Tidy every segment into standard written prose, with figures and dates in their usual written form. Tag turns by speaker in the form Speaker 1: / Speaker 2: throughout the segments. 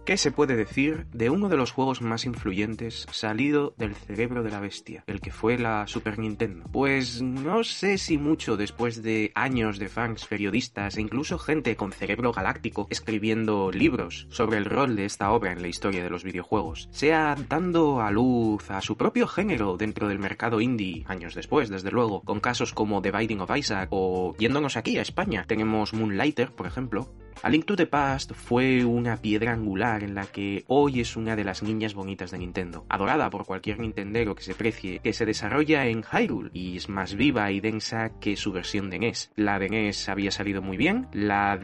Speaker 1: ¿Qué se puede decir de uno de los juegos más influyentes salido del cerebro de la bestia, el que fue la Super Nintendo? Pues no sé si mucho después de años de fans, periodistas e incluso gente con cerebro galáctico escribiendo libros sobre el rol de esta obra en la historia de los videojuegos, sea dando a luz a su propio género dentro del mercado indie, años después, desde luego, con casos como The Binding of Isaac o yéndonos aquí a España, tenemos Moonlighter, por ejemplo. A Link to the Past fue una piedra angular en la que hoy es una de las niñas bonitas de Nintendo, adorada por cualquier nintendero que se precie, que se desarrolla en Hyrule y es más viva y densa que su versión de NES. La de NES había salido muy bien, la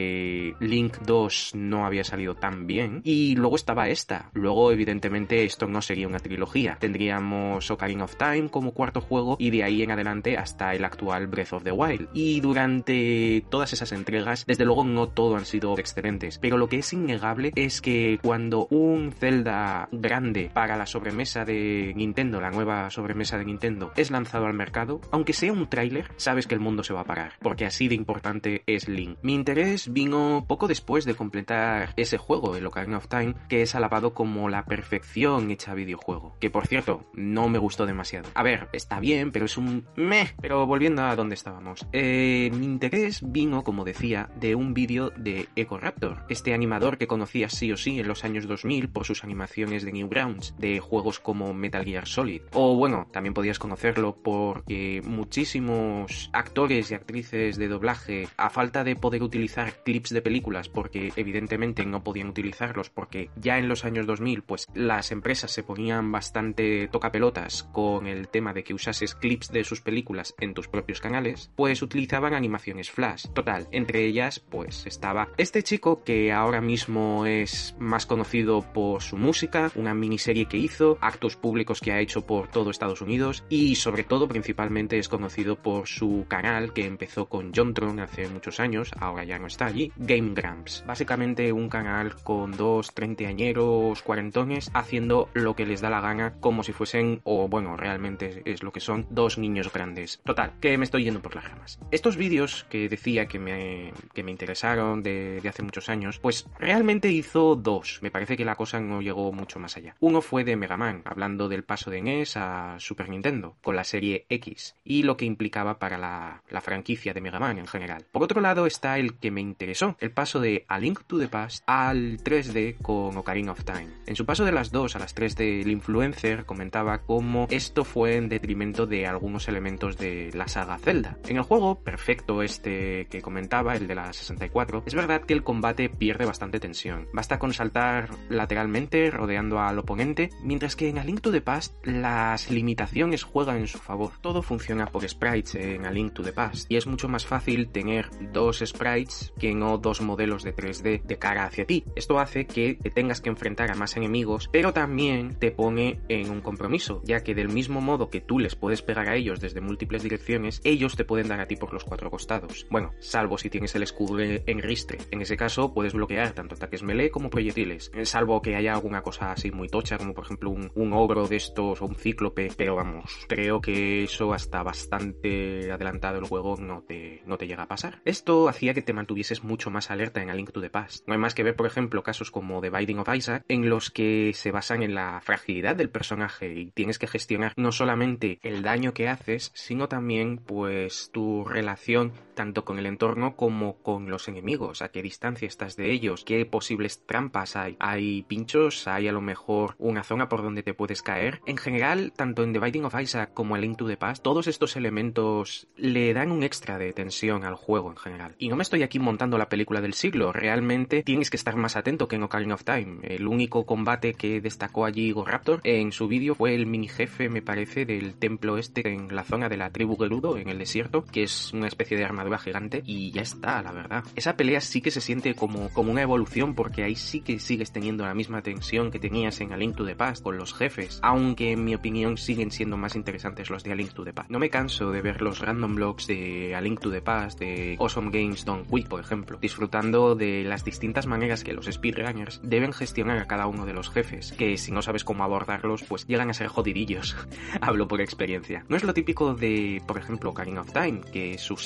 Speaker 1: de Link 2 no había salido tan bien y luego estaba esta. Luego evidentemente esto no sería una trilogía, tendríamos Ocarina of Time como cuarto juego y de ahí en adelante hasta el actual Breath of the Wild. Y durante todas esas entregas, desde luego no todo han sido excelentes, pero lo que es innegable es que cuando un Zelda grande para la sobremesa de Nintendo, la nueva sobremesa de Nintendo, es lanzado al mercado, aunque sea un tráiler, sabes que el mundo se va a parar, porque así de importante es Link. Mi interés vino poco después de completar ese juego, el Ocarina of Time, que es alabado como la perfección hecha videojuego, que por cierto, no me gustó demasiado. A ver, está bien, pero es un meh. Pero volviendo a donde estábamos, mi interés vino, como decía, de un vídeo de EcoRaptor, este animador que conocías sí o sí en los años 2000 por sus animaciones de Newgrounds, de juegos como Metal Gear Solid. O bueno, también podías conocerlo porque muchísimos actores y actrices de doblaje, a falta de poder utilizar clips de películas, porque evidentemente no podían utilizarlos porque ya en los años 2000 pues las empresas se ponían bastante tocapelotas con el tema de que usases clips de sus películas en tus propios canales, pues utilizaban animaciones flash. Total, entre ellas pues estaba este chico que ahora mismo es más conocido por su música, una miniserie que hizo, actos públicos que ha hecho por todo Estados Unidos y sobre todo principalmente es conocido por su canal que empezó con JonTron hace muchos años, ahora ya no está allí, Game Grumps. Básicamente un canal con dos treintañeros cuarentones haciendo lo que les da la gana como si fuesen, o bueno, realmente es lo que son, dos niños grandes. Total, que me estoy yendo por las ramas. Estos vídeos que decía que me interesaron de hace muchos años, pues realmente hizo dos. Me parece que la cosa no llegó mucho más allá. Uno fue de Mega Man, hablando del paso de NES a Super Nintendo, con la serie X, y lo que implicaba para la franquicia de Mega Man en general. Por otro lado está el que me interesó, el paso de A Link to the Past al 3D con Ocarina of Time. En su paso de las 2 a las 3D, el influencer comentaba cómo esto fue en detrimento de algunos elementos de la saga Zelda. En el juego perfecto este que comentaba, el de la 64, es verdad que el combate pierde bastante tensión. Basta con saltar lateralmente rodeando al oponente, mientras que en A Link to the Past las limitaciones juegan en su favor. Todo funciona por sprites en A Link to the Past y es mucho más fácil tener dos sprites que no dos modelos de 3D de cara hacia ti. Esto hace que te tengas que enfrentar a más enemigos, pero también te pone en un compromiso, ya que del mismo modo que tú les puedes pegar a ellos desde múltiples direcciones, ellos te pueden dar a ti por los cuatro costados. Bueno, salvo si tienes el escudo en ristre. En ese caso puedes bloquear tanto ataques melee como proyectiles, salvo que haya alguna cosa así muy tocha, como por ejemplo un ogro de estos o un cíclope, pero vamos, creo que eso hasta bastante adelantado el juego no te llega a pasar. Esto hacía que te mantuvieses mucho más alerta en A Link to the Past. No hay más que ver, por ejemplo, casos como The Binding of Isaac, en los que se basan en la fragilidad del personaje y tienes que gestionar no solamente el daño que haces, sino también pues tu relación tanto con el entorno como con los enemigos, a qué distancia estás de ellos, qué posibles trampas hay pinchos, hay a lo mejor una zona por donde te puedes caer. En general, tanto en The Binding of Isaac como en Link to the Past, todos estos elementos le dan un extra de tensión al juego en general. Y no me estoy aquí montando la película del siglo, realmente tienes que estar más atento que en Ocarina of Time. El único combate que destacó allí EcoRaptor en su vídeo fue el mini jefe, me parece, del templo este en la zona de la tribu Gerudo, en el desierto, que es una especie de armadura gigante, y ya está, la verdad. Esa pelea sí que se siente como una evolución, porque ahí sí que sigues teniendo la misma tensión que tenías en A Link to the Past con los jefes, aunque en mi opinión siguen siendo más interesantes los de A Link to the Past. No me canso de ver los random blogs de A Link to the Past, de Awesome Games Done Quick, por ejemplo, disfrutando de las distintas maneras que los speedrunners deben gestionar a cada uno de los jefes, que si no sabes cómo abordarlos, pues llegan a ser jodidillos. Hablo por experiencia. No es lo típico de, por ejemplo, Ocarina of Time, que es usar el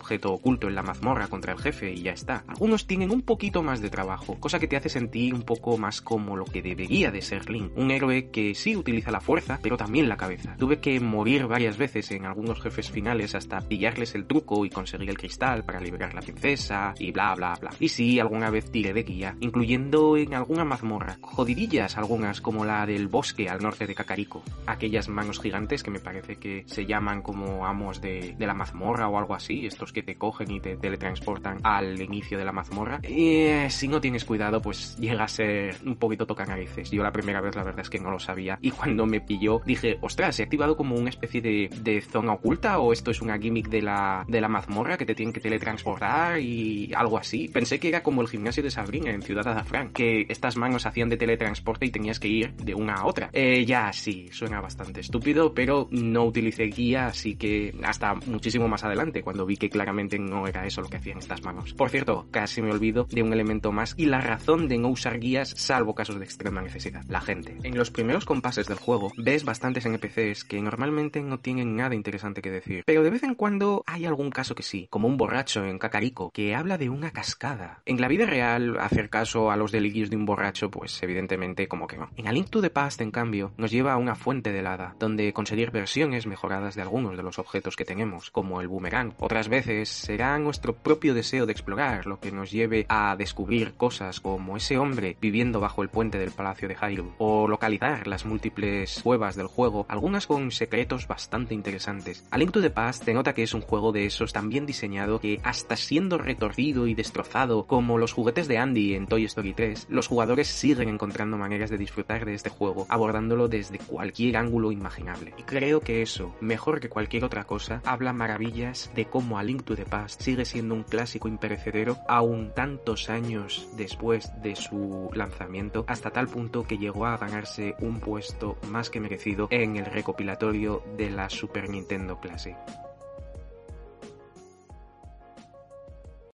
Speaker 1: objeto oculto en la mazmorra contra el jefe y ya está. Algunos tienen un poquito más de trabajo, cosa que te hace sentir un poco más como lo que debería de ser Link, un héroe que sí utiliza la fuerza, pero también la cabeza. Tuve que morir varias veces en algunos jefes finales hasta pillarles el truco y conseguir el cristal para liberar la princesa y bla bla bla. Y sí, alguna vez tiré de guía, incluyendo en alguna mazmorra, jodidillas algunas como la del bosque al norte de Kakariko, aquellas manos gigantes que me parece que se llaman como amos de la mazmorra o algo así, estos que te cogen y te teletransportan al inicio de la mazmorra. Y si no tienes cuidado, pues llega a ser un poquito tocanarices. Yo la primera vez la verdad es que no lo sabía, y cuando me pilló dije, ostras, ¿he activado como una especie de zona oculta o esto es una gimmick de la mazmorra que te tienen que teletransportar y algo así? Pensé que era como el gimnasio de Sabrina en Ciudad Azafrán, que estas manos hacían de teletransporte y tenías que ir de una a otra. Ya sí, suena bastante estúpido, pero no utilicé guía, así que hasta muchísimo más adelante, cuando vi que claramente no era eso lo que hacían estas manos. Por cierto, casi me olvido de un elemento más y la razón de no usar guías salvo casos de extrema necesidad: la gente. En los primeros compases del juego ves bastantes NPCs que normalmente no tienen nada interesante que decir, pero de vez en cuando hay algún caso que sí, como un borracho en Kakariko que habla de una cascada. En la vida real, hacer caso a los delirios de un borracho, pues evidentemente como que no. En A Link to the Past, en cambio, nos lleva a una fuente de helada, donde conseguir versiones mejoradas de algunos de los objetos que tenemos, como el boomerang. Otras veces será nuestro propio deseo de explorar lo que nos lleve a descubrir cosas como ese hombre viviendo bajo el puente del Palacio de Hyrule, o localizar las múltiples cuevas del juego, algunas con secretos bastante interesantes. A Link to the Past te nota que es un juego de esos tan bien diseñado que, hasta siendo retorcido y destrozado como los juguetes de Andy en Toy Story 3, los jugadores siguen encontrando maneras de disfrutar de este juego, abordándolo desde cualquier ángulo imaginable. Y creo que eso, mejor que cualquier otra cosa, habla maravillas de cómo A Link to the Past sigue siendo un clásico imperecedero aún tantos años después de su lanzamiento, hasta tal punto que llegó a ganarse un puesto más que merecido en el recopilatorio de la Super Nintendo Classic.